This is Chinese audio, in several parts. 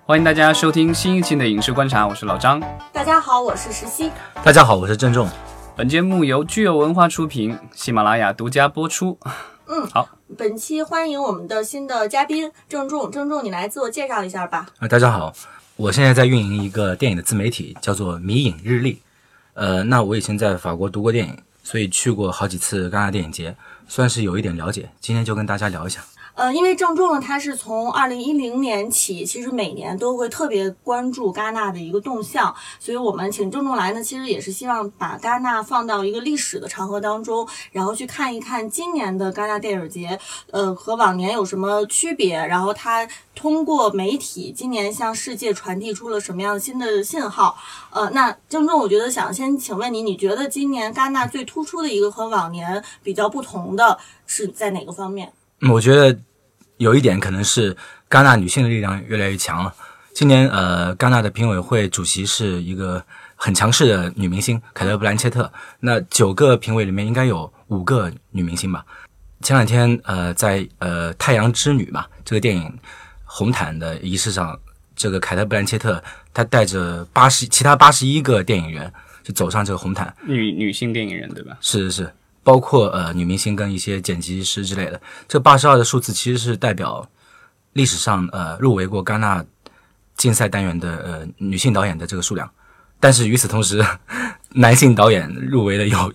欢迎大家收听新一期的影视观察，我是老张。 大家好，我是石溪。 大家好，我是郑重。 本节目由聚友文化出品，喜马拉雅独家播出。好， 本期欢迎我们的新的嘉宾郑重。郑重，你来自我介绍一下吧。 大家好，我现在在运营一个电影的自媒体，叫做迷影日历。那我以前在法国读过电影，所以去过好几次戛纳电影节，算是有一点了解。今天就跟大家聊一下。 因为郑重呢，他是从2010年起，其实每年都会特别关注戛纳的一个动向，所以我们请郑重来呢，其实也是希望把戛纳放到一个历史的长河当中，然后去看一看今年的戛纳电影节，和往年有什么区别，然后他通过媒体今年向世界传递出了什么样新的信号。那郑重，我觉得想先请问你，你觉得今年戛纳最突出的一个和往年比较不同的是在哪个方面？ 我觉得有一点可能是戛纳女性的力量越来越强了。今年戛纳的评委会主席是一个很强势的女明星凯特·布兰切特，那9个评委里面应该有5个女明星吧。前两天在太阳之女吧这个电影红毯的仪式上，这个凯特·布兰切特她带着其他81个电影人就走上这个红毯。 女性电影人对吧？ 是包括女明星跟一些剪辑师之类的。这个82的数字其实是代表历史上入围过戛纳竞赛单元的女性导演的这个数量。但是与此同时，男性导演入围的有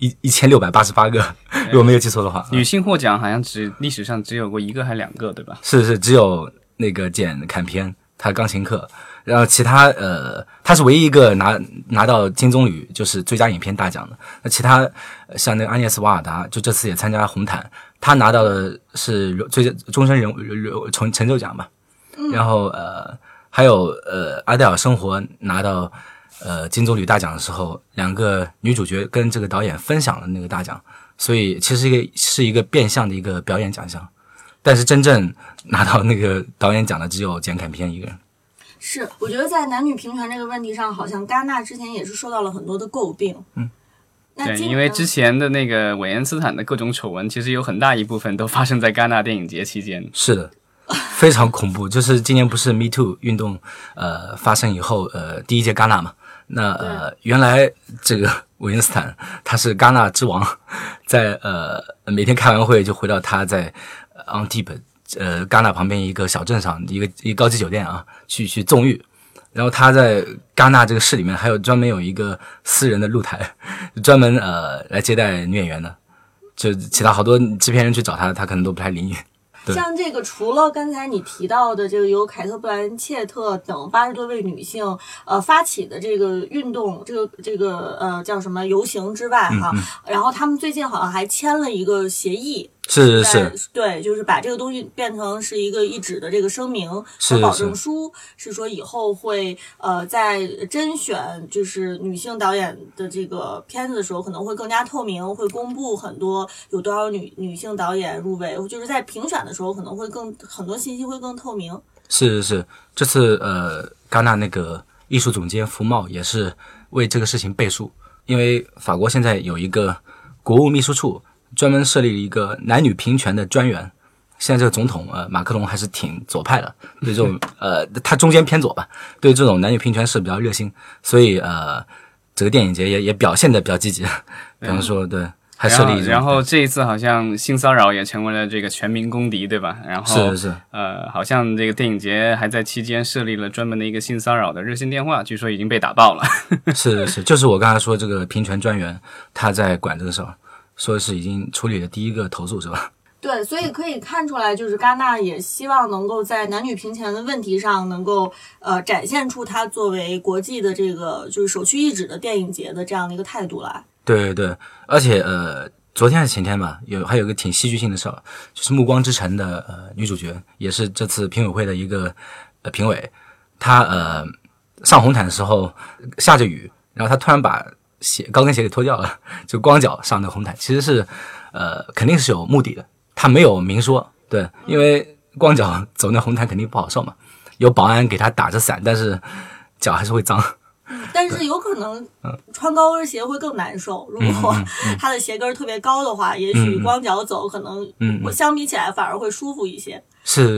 1688个，如果没有记错的话。 女性获奖好像历史上只有过1个还2个对吧？ 是，只有那个简·坎片，他钢琴课。然后其他他是唯一一个拿到金棕榈就是最佳影片大奖的。那其他像那个阿涅斯·瓦尔达，就这次也参加红毯，他拿到的是终身成就奖吧。然后还有阿黛尔生活拿到金棕榈大奖的时候，2个女主角跟这个导演分享了那个大奖，所以其实是一个变相的一个表演奖项。但是真正拿到那个导演奖的只有简·坎片一个人。 是，我觉得在男女平权这个问题上，好像戛纳之前也是受到了很多的诟病。 对，因为之前的那个韦恩斯坦的各种丑闻，其实有很大一部分都发生在戛纳电影节期间。 是的，非常恐怖。就是今年不是 Me Too 运动发生以后第一届戛纳嘛？那原来这个韦恩斯坦他是戛纳之王，在每天开完会就回到他在 Antibes戛纳旁边一个小镇上一个高级酒店啊，去纵欲。然后他在戛纳这个市里面还有专门有一个私人的露台，专门来接待女演员的。就其他好多制片人去找他，他可能都不太理你。 像这个除了刚才你提到的这个由凯特·布兰切特等80多位女性发起的这个运动，这个叫什么游行之外哈，然后他们最近好像还签了一个协议。 是， 对，就是把这个东西变成是一个一纸的这个声明和保证书，是说以后会在甄选就是女性导演的这个片子的时候，可能会更加透明，会公布很多有多少女性导演入围，就是在评选的时候可能会很多信息会更透明。 是，这次戛纳那个艺术总监福茂也是为这个事情背书，因为法国现在有一个国务秘书处。专门设立了一个男女平权的专员。现在这个总统马克龙还是挺左派的，对这种他中间偏左吧，对这种男女平权是比较热心，所以这个电影节也表现得比较积极。比方说对，还设立然后这一次好像性骚扰也成为了这个全民公敌对吧？然后是好像这个电影节还在期间设立了专门的一个性骚扰的热线电话，据说已经被打爆了。 是，就是我刚才说这个平权专员他在管这个事儿。说是已经处理了第1个投诉是吧？ 对，所以可以看出来，就是戛纳也希望能够在男女平权的问题上，能够展现出它作为国际的这个就是首屈一指的电影节的这样的一个态度来。 对，而且昨天还是前天吧，还有一个挺戏剧性的事儿，就是《暮光之城》的女主角，也是这次评委会的一个评委，她上红毯的时候下着雨，然后她突然把高跟鞋给脱掉了，就光脚上的红毯，其实是肯定是有目的的，他没有明说。对，因为光脚走那红毯肯定不好受嘛，有保安给他打着伞，但是脚还是会脏。 但是有可能穿高跟鞋会更难受，如果他的鞋跟特别高的话，也许光脚走可能相比起来反而会舒服一些。 是，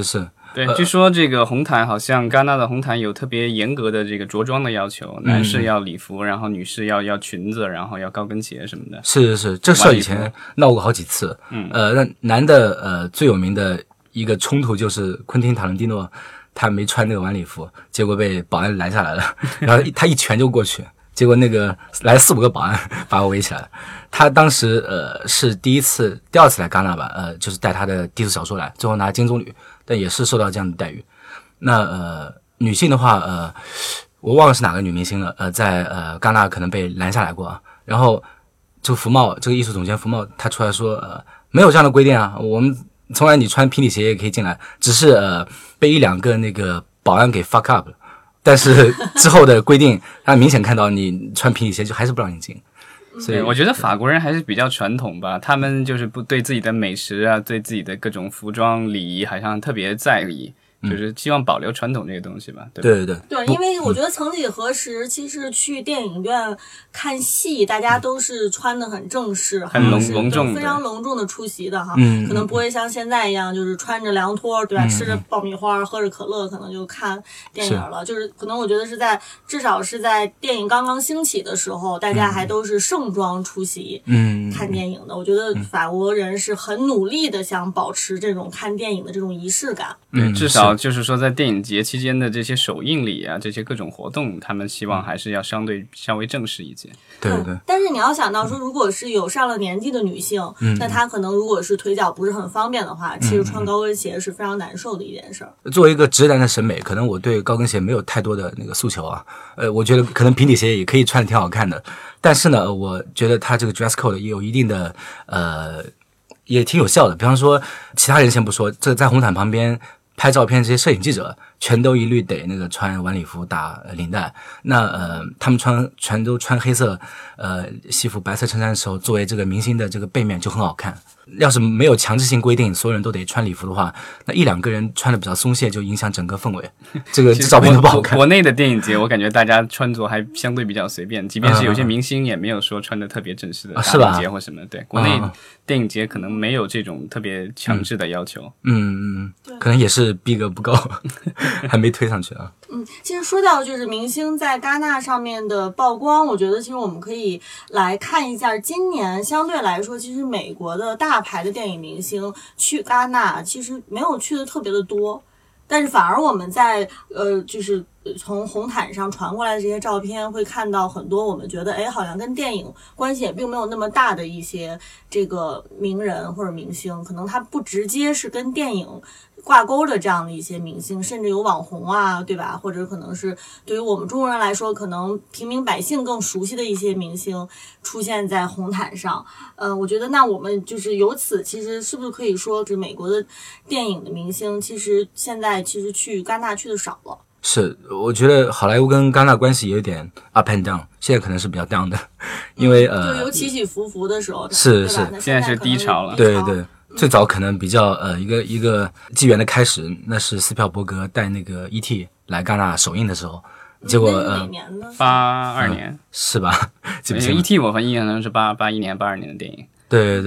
对，据说这个红毯好像戛纳的红毯有特别严格的这个着装的要求，男士要礼服，然后女士要裙子，然后要高跟鞋什么的。 是，这事儿以前闹过好几次。那男的最有名的一个冲突就是昆汀塔伦蒂诺他没穿那个晚礼服，结果被保安拦下来了，然后他一拳就过去，结果那个来了4-5个保安把我围起来了。他当时是第二次来戛纳吧，就是带他的第4小说来，最后拿金棕榈，但也是受到这样的待遇。那女性的话，我忘了是哪个女明星了，在戛纳可能被拦下来过啊。然后这个艺术总监福茂他出来说，没有这样的规定啊，我们从来你穿平底鞋也可以进来，只是被1-2个那个保安给 fuck up 了。但是之后的规定，他明显看到你穿平底鞋就还是不让你进。所以我觉得法国人还是比较传统吧，他们就是不对自己的美食啊，对自己的各种服装礼仪好像特别在意，就是希望保留传统这个东西吧。 对， 因为我觉得曾几何时，其实去电影院看戏，大家都是穿得很正式， 很隆重， 非常隆重的出席的哈。可能不会像现在一样，就是穿着凉拖，对吧？吃着爆米花，喝着可乐，可能就看电影了。就是可能我觉得至少是在电影刚刚兴起的时候，大家还都是盛装出席，看电影的。我觉得法国人是很努力的想保持这种看电影的这种仪式感。 对，至少就是说在电影节期间的这些首映礼啊，这些各种活动，他们希望还是要稍微正式一些。 对。 但是你要想到说，如果是有上了年纪的女性，那她可能如果是腿脚不是很方便的话，其实穿高跟鞋是非常难受的一件事儿。 作为一个直男的审美，可能我对高跟鞋没有太多的那个诉求啊。我觉得可能平底鞋也可以穿得挺好看的，但是呢，我觉得它这个 dress code 也有一定的也挺有效的。比方说，其他人先不说，这在红毯旁边拍照片这些摄影记者全都一律得那个穿晚礼服打领带。那他们全都穿黑色西服白色衬衫的时候，作为这个明星的这个背面就很好看。要是没有强制性规定所有人都得穿礼服的话，那1-2个人穿的比较松懈就影响整个氛围，这照片都不好看。 国内的电影节我感觉大家穿着还相对比较随便，即便是有些明星也没有说穿的特别正式的大领结或什么。对，国内电影节可能没有这种特别强制的要求。 可能也是逼格不够还没推上去啊。 其实说到就是明星在戛纳上面的曝光，我觉得其实我们可以来看一下今年相对来说，其实美国的大牌的电影明星去戛纳其实没有去的特别的多，但是反而我们在就是从红毯上传过来的这些照片，会看到很多我们觉得好像跟电影关系也并没有那么大的一些这个名人或者明星，可能他不直接是跟电影挂钩的这样的一些明星，甚至有网红啊，对吧？或者可能是对于我们中国人来说，可能平民百姓更熟悉的一些明星出现在红毯上。我觉得那我们就是由此，其实是不是可以说，是美国的电影的明星，其实现在其实去戛纳去的少了。 是，我觉得好莱坞跟戛纳关系有点 up and down， 现在可能是比较 down 的，因为就有起起伏伏的时候， 是现在是低潮了。 对，最早可能比较一个纪元的开始，那是斯皮尔伯格带那个 E.T. 来戛纳首映的时候，结果哪年呢 ？82年是吧？记不清 E.T. 我印象中是81年、82年的电影。 对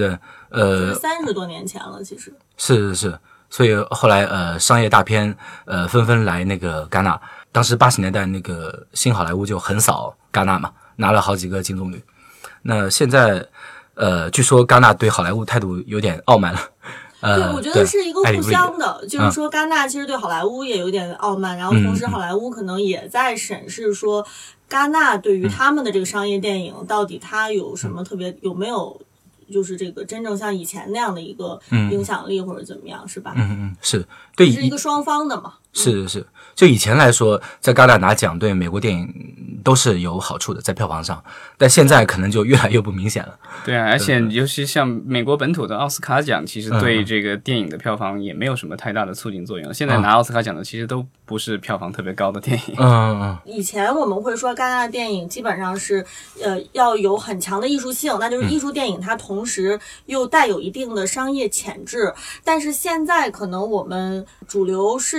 ，30多年前了，其实是。所以后来商业大片纷纷来那个戛纳。当时80年代那个新好莱坞就横扫戛纳嘛，拿了好几个金棕榈。那现在据说戛纳对好莱坞态度有点傲慢了。 对，我觉得是一个互相的，就是说戛纳其实对好莱坞也有点傲慢，然后同时好莱坞可能也在审视说戛纳对于他们的这个商业电影到底它有什么特别，有没有就是这个真正像以前那样的一个影响力或者怎么样，是吧？是， 对， 是一个双方的嘛。 是，就以前来说，在戛纳拿奖对美国电影都是有好处的，在票房上，但现在可能就越来越不明显了。 对啊，而且尤其像美国本土的奥斯卡奖，其实对这个电影的票房也没有什么太大的促进作用。现在拿奥斯卡奖的其实都不是票房特别高的电影。 以前我们会说戛纳电影基本上是要有很强的艺术性，那就是艺术电影它同时又带有一定的商业潜质。但是现在可能我们主流市场的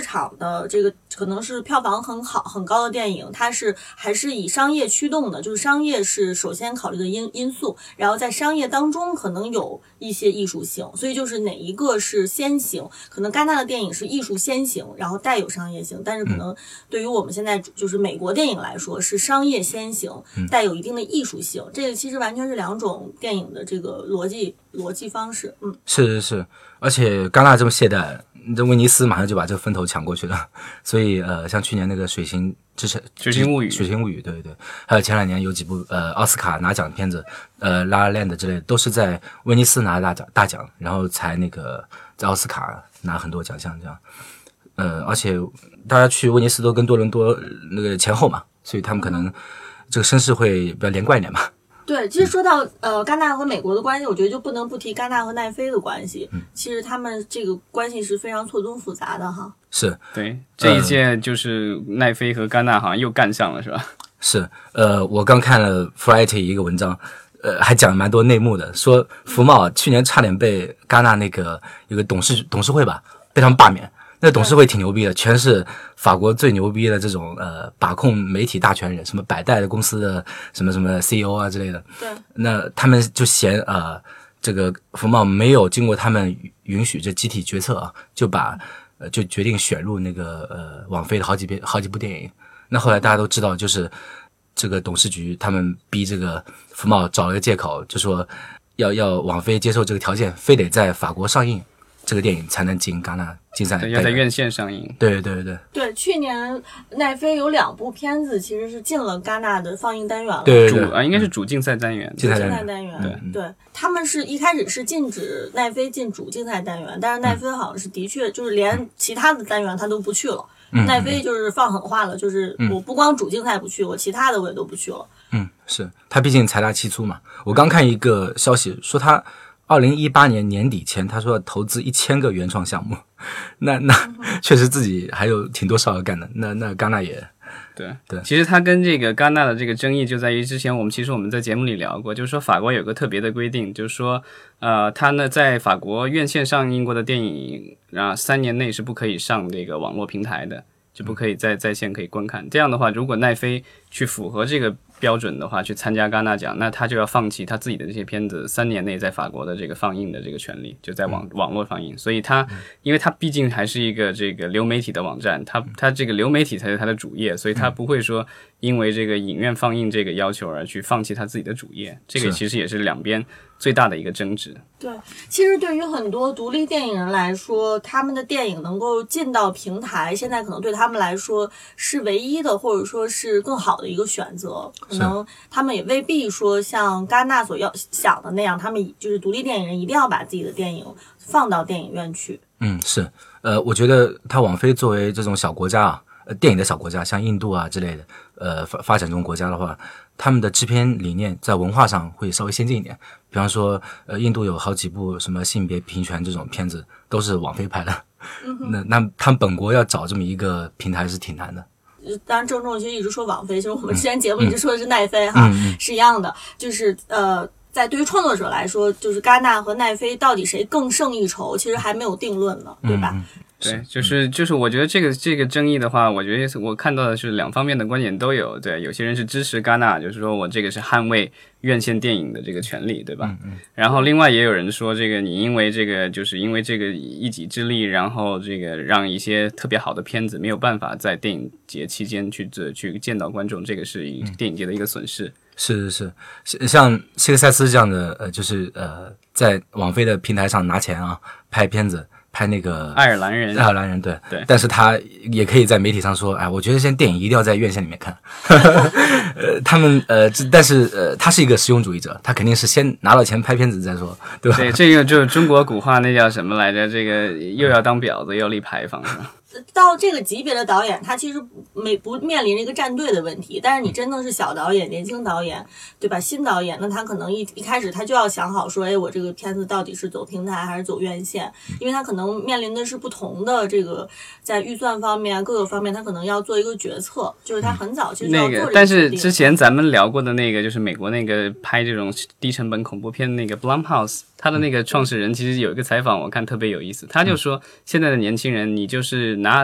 的这个可能是票房很高的电影，它还是以商业驱动的，就是商业是首先考虑的因素，然后在商业当中可能有一些艺术性，所以就是哪一个是先行，可能戛纳的电影是艺术先行，然后带有商业性，但是可能对于我们现在就是美国电影来说是商业先行，带有一定的艺术性，这个其实完全是两种电影的这个逻辑方式。 是，而且戛纳这么懈怠，这威尼斯马上就把这个风头抢过去了，所以像去年那个水星物语，对，还有前2年有几部奥斯卡拿奖的片子，La La Land 之类的，都是在威尼斯拿大奖，然后才那个在奥斯卡拿很多奖项这样。而且大家去威尼斯都跟多伦多那个前后嘛，所以他们可能这个声势会比较连贯一点嘛。 对，其实说到戛纳和美国的关系，我觉得就不能不提戛纳和奈飞的关系。其实他们这个关系是非常错综复杂的哈。 是， 对，这一届就是奈飞和戛纳好像又干上了，是吧？ 是，我刚看了 Variety 一个文章，还讲了蛮多内幕的，说福茂去年差点被戛纳那个有个董事会吧，被他们罢免。那董事会挺牛逼的，全是法国最牛逼的这种把控媒体大权人，什么百代的公司的什么 CEO 啊之类的。 对， 那他们就嫌这个福茂没有经过他们允许这集体决策啊，就决定选入那个网飞的好几部电影。那后来大家都知道，就是这个董事局他们逼这个福茂找了个借口，就说要网飞接受这个条件，非得在法国上映这个电影才能进戛纳竞赛， 要在院线上映。 对， 去年奈飞有2部片子其实是进了戛纳的放映单元了。 对， 应该是主竞赛单元。 竞赛单元，对，他们是一开始是禁止奈飞进主竞赛单元，但是奈飞好像是的确就是连其他的单元他都不去了。奈飞就是放狠话了，就是我不光主竞赛不去，我其他的我也都不去了。 是他毕竟财大气粗嘛。我刚看一个消息说他2018年年底前，他说要投资1000个原创项目，那确实自己还有挺多事要干的。那戛纳也对，其实他跟这个戛纳的这个争议就在于之前我们在节目里聊过，就是说法国有个特别的规定，就是说他呢在法国院线上映过的电影3年内是不可以上这个网络平台的，就不可以在线可以观看。这样的话，如果奈飞去符合这个标准的话，去参加戛纳奖，那他就要放弃他自己的这些片子3年内在法国的这个放映的这个权利，就在网络放映。所以因为他毕竟还是一个这个流媒体的网站，他这个流媒体才是他的主业，所以他不会说因为这个影院放映这个要求而去放弃他自己的主业。这个其实也是两边最大的一个争执。 对，其实对于很多独立电影人来说，他们的电影能够进到平台，现在可能对他们来说是唯一的，或者说是更好的一个选择。可能他们也未必说像戛纳所要想的那样，他们就是独立电影人一定要把自己的电影放到电影院去。 是，我觉得他网飞作为这种小国家啊，电影的小国家，像印度啊之类的，发展中国家的话，他们的制片理念在文化上会稍微先进一点。比方说，印度有好几部什么性别平权这种片子都是网飞拍的，那他们本国要找这么一个平台是挺难的。 当然，郑重其实一直说网飞，其实我们之前节目一直说的是奈飞哈，是一样的，就是在对于创作者来说，就是戛纳和奈飞到底谁更胜一筹，其实还没有定论呢，对吧？ 对，就是我觉得这个争议的话，我觉得我看到的是两方面的观点都有。对，有些人是支持戛纳，就是说我这个是捍卫院线电影的这个权利，对吧？然后另外也有人说，这个你因为这个一己之力，然后这个让一些特别好的片子没有办法在电影节期间去见到观众，这个是电影节的一个损失。 是，像希克塞斯这样的就是在网飞的平台上拿钱啊拍片子。拍那个爱尔兰人， 对，但是他也可以在媒体上说，我觉得现在电影一定要在院线里面看。他们但是他是一个实用主义者，他肯定是先拿到钱拍片子再说，对吧？ 对，这个就是中国古话那叫什么来着？这个又要当婊子又要立牌坊，是吧？ 到这个级别的导演，他其实不面临着一个站队的问题，但是你真的是小导演、年轻导演，对吧？新导演，那他可能一开始他就要想好说，我这个片子到底是走平台还是走院线，因为他可能面临的是不同的这个在预算方面各个方面，他可能要做一个决策，就是他很早其实要做这个决定。 但是之前咱们聊过的那个，就是美国那个拍这种低成本恐怖片的那个 Blumhouse， 他的那个创始人其实有一个采访，我看特别有意思，他就说现在的年轻人，你就是拿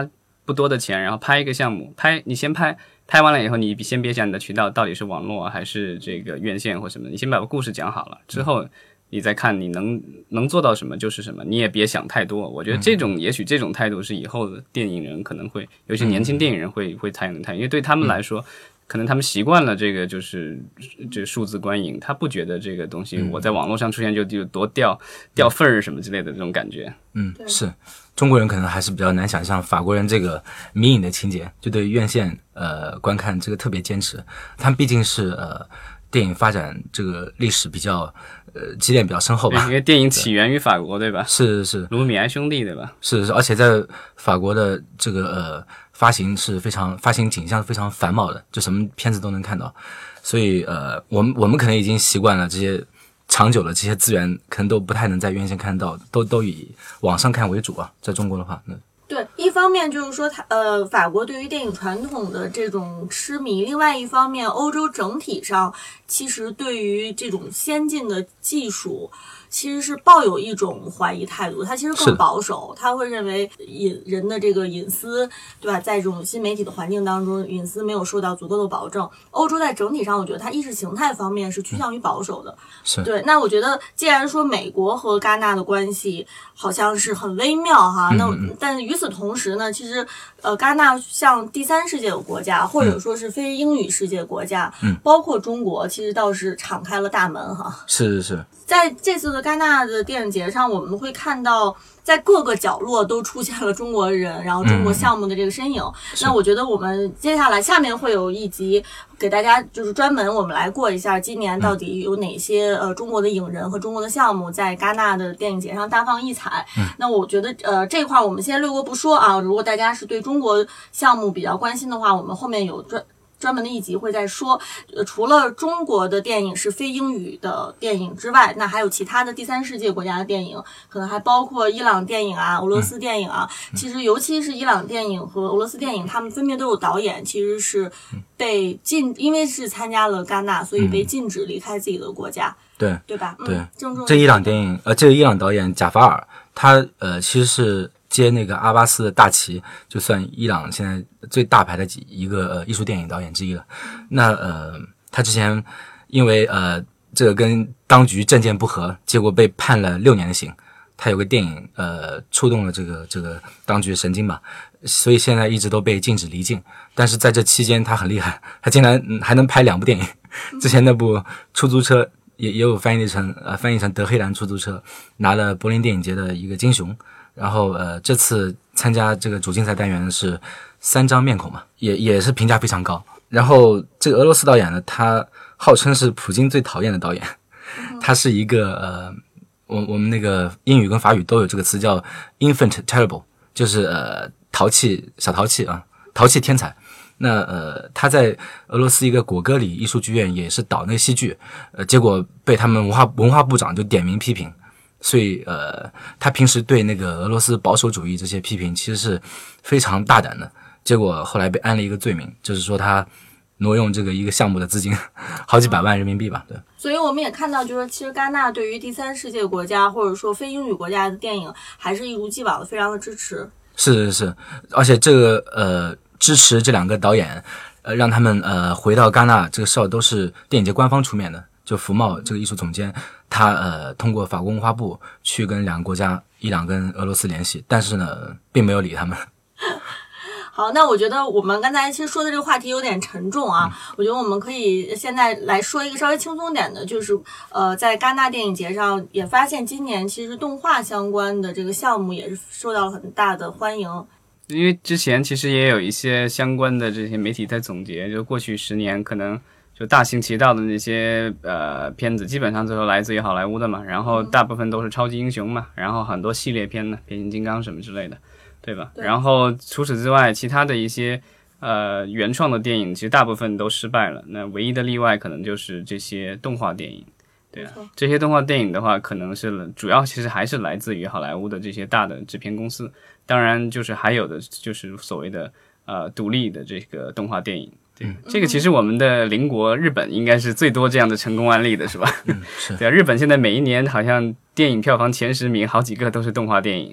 不多的钱，然后拍一个项目，你先拍完了以后，你先别讲你的渠道到底是网络还是这个院线或什么，你先把故事讲好了之后，你再看你能做到什么就是什么，你也别想太多。我觉得也许这种态度是以后的电影人可能会，尤其年轻电影人会采用的态度，因为对他们来说。可能他们习惯了这个就是这个数字观影，他不觉得这个东西我在网络上出现就多掉份儿什么之类的这种感觉。 是中国人可能还是比较难想象法国人这个迷影的情节，就对院线观看这个特别坚持。他们毕竟是电影发展这个历史比较积淀比较深厚吧， 因为电影起源于法国，对吧？ 是卢米埃兄弟，对吧？ 是，而且在法国的这个发行景象非常繁茂的，就什么片子都能看到，所以我们可能已经习惯了这些长久的这些资源，可能都不太能在院线看到，都以网上看为主啊。在中国的话， 对，一方面就是说法国对于电影传统的这种痴迷，另外一方面，欧洲整体上其实对于这种先进的技术。其实是抱有一种怀疑态度，他其实更保守，他会认为人的这个隐私，对吧？在这种新媒体的环境当中，隐私没有受到足够的保证。欧洲在整体上，我觉得它意识形态方面是趋向于保守的。对。那我觉得，既然说美国和戛纳的关系好像是很微妙哈，但与此同时呢，其实戛纳向第三世界的国家，或者说是非英语世界国家，包括中国，其实倒是敞开了大门哈。 是。 在这次的戛纳的电影节上，我们会看到在各个角落都出现了中国人，然后中国项目的这个身影。那我觉得我们下面会有一集给大家就是专门我们来过一下今年到底有哪些中国的影人和中国的项目在戛纳的电影节上大放异彩。那我觉得这块我们先略过不说啊，如果大家是对中国项目比较关心的话，我们后面有专门的一集会再说，除了中国的电影是非英语的电影之外，那还有其他的第三世界国家的电影，可能还包括伊朗电影啊、俄罗斯电影啊。其实尤其是伊朗电影和俄罗斯电影，他们分别都有导演其实是被因为是参加了戛纳，所以被禁止离开自己的国家。对吧？ 对。这伊朗电影这个伊朗导演贾法尔，他其实是接那个阿巴斯的大旗，就算伊朗现在最大牌的一个艺术电影导演之一了。那他之前因为这个跟当局政见不合，结果被判了6年的刑。他有个电影触动了这个当局神经吧，所以现在一直都被禁止离境。但是在这期间他很厉害，他竟然还能拍2部电影。之前那部出租车也有翻译成德黑兰出租车，拿了柏林电影节的一个金熊。然后这次参加这个主竞赛单元是3张面孔嘛，也是评价非常高。然后这个俄罗斯导演呢，他号称是普京最讨厌的导演，他是一个我们那个英语跟法语都有这个词叫 infant terrible， 就是小淘气啊，淘气天才。那他在俄罗斯一个果戈里艺术剧院也是导那个戏剧，结果被他们文化部长就点名批评。所以他平时对那个俄罗斯保守主义这些批评其实是非常大胆的，结果后来被安了一个罪名，就是说他挪用这个一个项目的资金好几百万人民币吧。对， 所以我们也看到，就是其实戛纳对于第三世界国家或者说非英语国家的电影还是一如既往的非常的支持。 是，而且这个支持这2个导演让他们回到戛纳这个事儿都是电影节官方出面的。就福茂这个艺术总监，他通过法国文化部去跟2个国家伊朗跟俄罗斯联系，但是呢并没有理他们。 好，那我觉得我们刚才其实说的这个话题有点沉重啊，我觉得我们可以现在来说一个稍微轻松点的，就是在戛纳电影节上也发现今年其实动画相关的这个项目也是受到了很大的欢迎。 因为之前其实也有一些相关的这些媒体在总结，就过去10年可能就大行其道的那些片子基本上最后来自于好莱坞的嘛，然后大部分都是超级英雄嘛，然后很多系列片呢，变形金刚什么之类的，对吧？对。然后除此之外，其他的一些原创的电影其实大部分都失败了，那唯一的例外可能就是这些动画电影。对啊，这些动画电影的话，可能是主要其实还是来自于好莱坞的这些大的制片公司，当然就是还有的就是所谓的独立的这个动画电影。对，这个其实我们的邻国日本应该是最多这样的成功案例的，是吧？ 是。 对啊，日本现在每一年好像电影票房前10名好几个都是动画电影。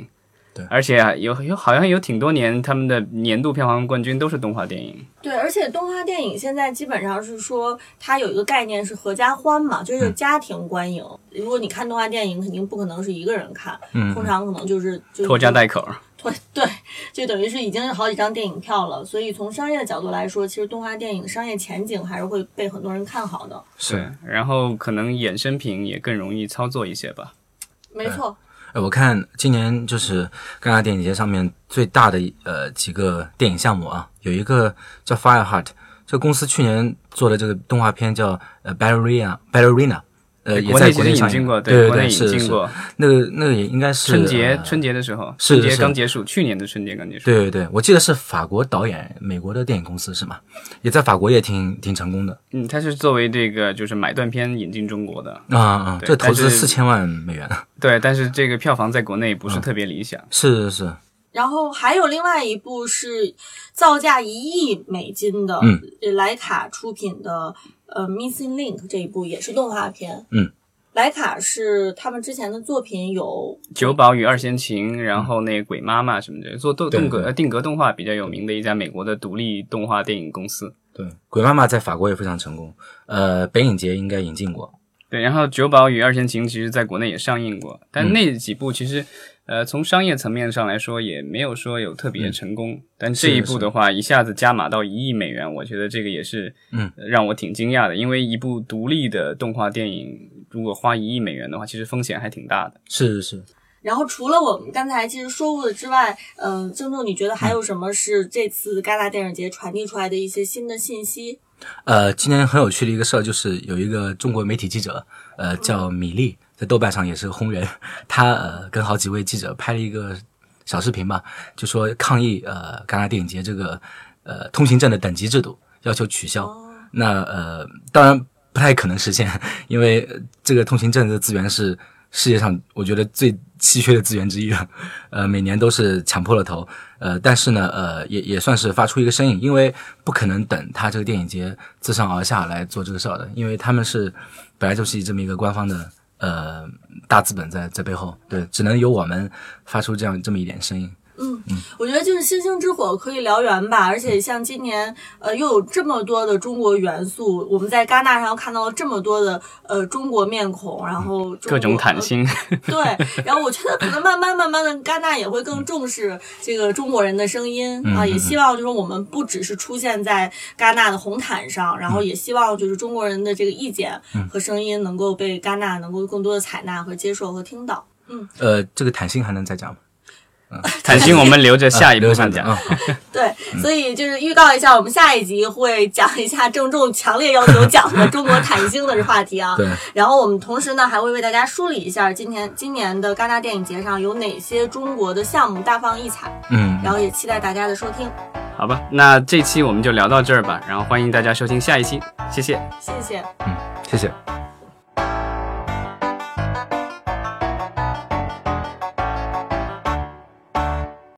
对， 而且好像有挺多年他们的年度票房冠军都是动画电影。 对，而且动画电影现在基本上是说它有一个概念是合家欢嘛，就是家庭观影。如果你看动画电影，肯定不可能是一个人看，通常可能就是拖家带口。 对，就等于是已经有好几张电影票了，所以从商业的角度来说，其实动画电影商业前景还是会被很多人看好的。 是，然后可能衍生品也更容易操作一些吧。 没错。 我看今年就是戛纳电影节上面最大的几个电影项目啊，有一个叫 Fireheart， 这个公司去年做的这个动画片叫Ballerina， 也在国内上映过， 对，国内引进过。 那个也应该是春节的时候， 春节刚结束，去年的春节刚结束。 对，我记得是法国导演，美国的电影公司是吗？也在法国也挺成功的。 他是作为这个就是买断片引进中国的这投资4000万美元。 对，但是这个票房在国内不是特别理想。 是。 然后还有另外一部是造价1亿美金的，莱卡出品的Missing Link 这一部也是动画片。莱卡是他们之前的作品有九保与二弦琴，然后那个鬼妈妈什么的，做定格动画比较有名的一家美国的独立动画电影公司。 对，鬼妈妈在法国也非常成功，北影节应该引进过。 对，然后九保与二弦琴其实在国内也上映过，但那几部其实从商业层面上来说也没有说有特别成功，但这一部的话一下子加码到1亿美元，我觉得这个也是让我挺惊讶的，因为一部独立的动画电影如果花1亿美元的话，其实风险还挺大的。 是。 然后除了我们刚才其实说过的之外，郑重你觉得还有什么是这次戛纳电影节传递出来的一些新的信息？ 今年很有趣的一个事儿，就是有一个中国媒体记者，叫米粒，在豆瓣上也是个红人，他跟好几位记者拍了一个小视频吧，就说抗议戛纳电影节这个通行证的等级制度，要求取消。那当然不太可能实现，因为这个通行证的资源是世界上我觉得最稀缺的资源之一了，每年都是抢破了头，但是呢，也算是发出一个声音，因为不可能等他这个电影节自上而下来做这个事儿的，因为他们是本来就是这么一个官方的大资本在背后，对，只能由我们发出这么一点声音。 我觉得就是星星之火可以燎原吧，而且像今年又有这么多的中国元素，我们在戛纳上看到了这么多的中国面孔，然后各种坦星对，然后我觉得可能慢慢的戛纳也会更重视这个中国人的声音啊，也希望就是我们不只是出现在戛纳的红毯上，然后也希望就是中国人的这个意见和声音能够被戛纳能够更多的采纳和接受和听到。 这个坦星还能再讲吗？ 坦星我们留着下一部分讲。 对，所以就是预告一下，我们下一集会讲一下郑重强烈要求讲的中国坦星的话题啊。 对。 然后我们同时呢还会为大家梳理一下今年的戛纳电影节上有哪些中国的项目大放异彩。然后也期待大家的收听。 好吧，那这期我们就聊到这儿吧，然后欢迎大家收听下一期，谢谢。 谢谢。 谢谢。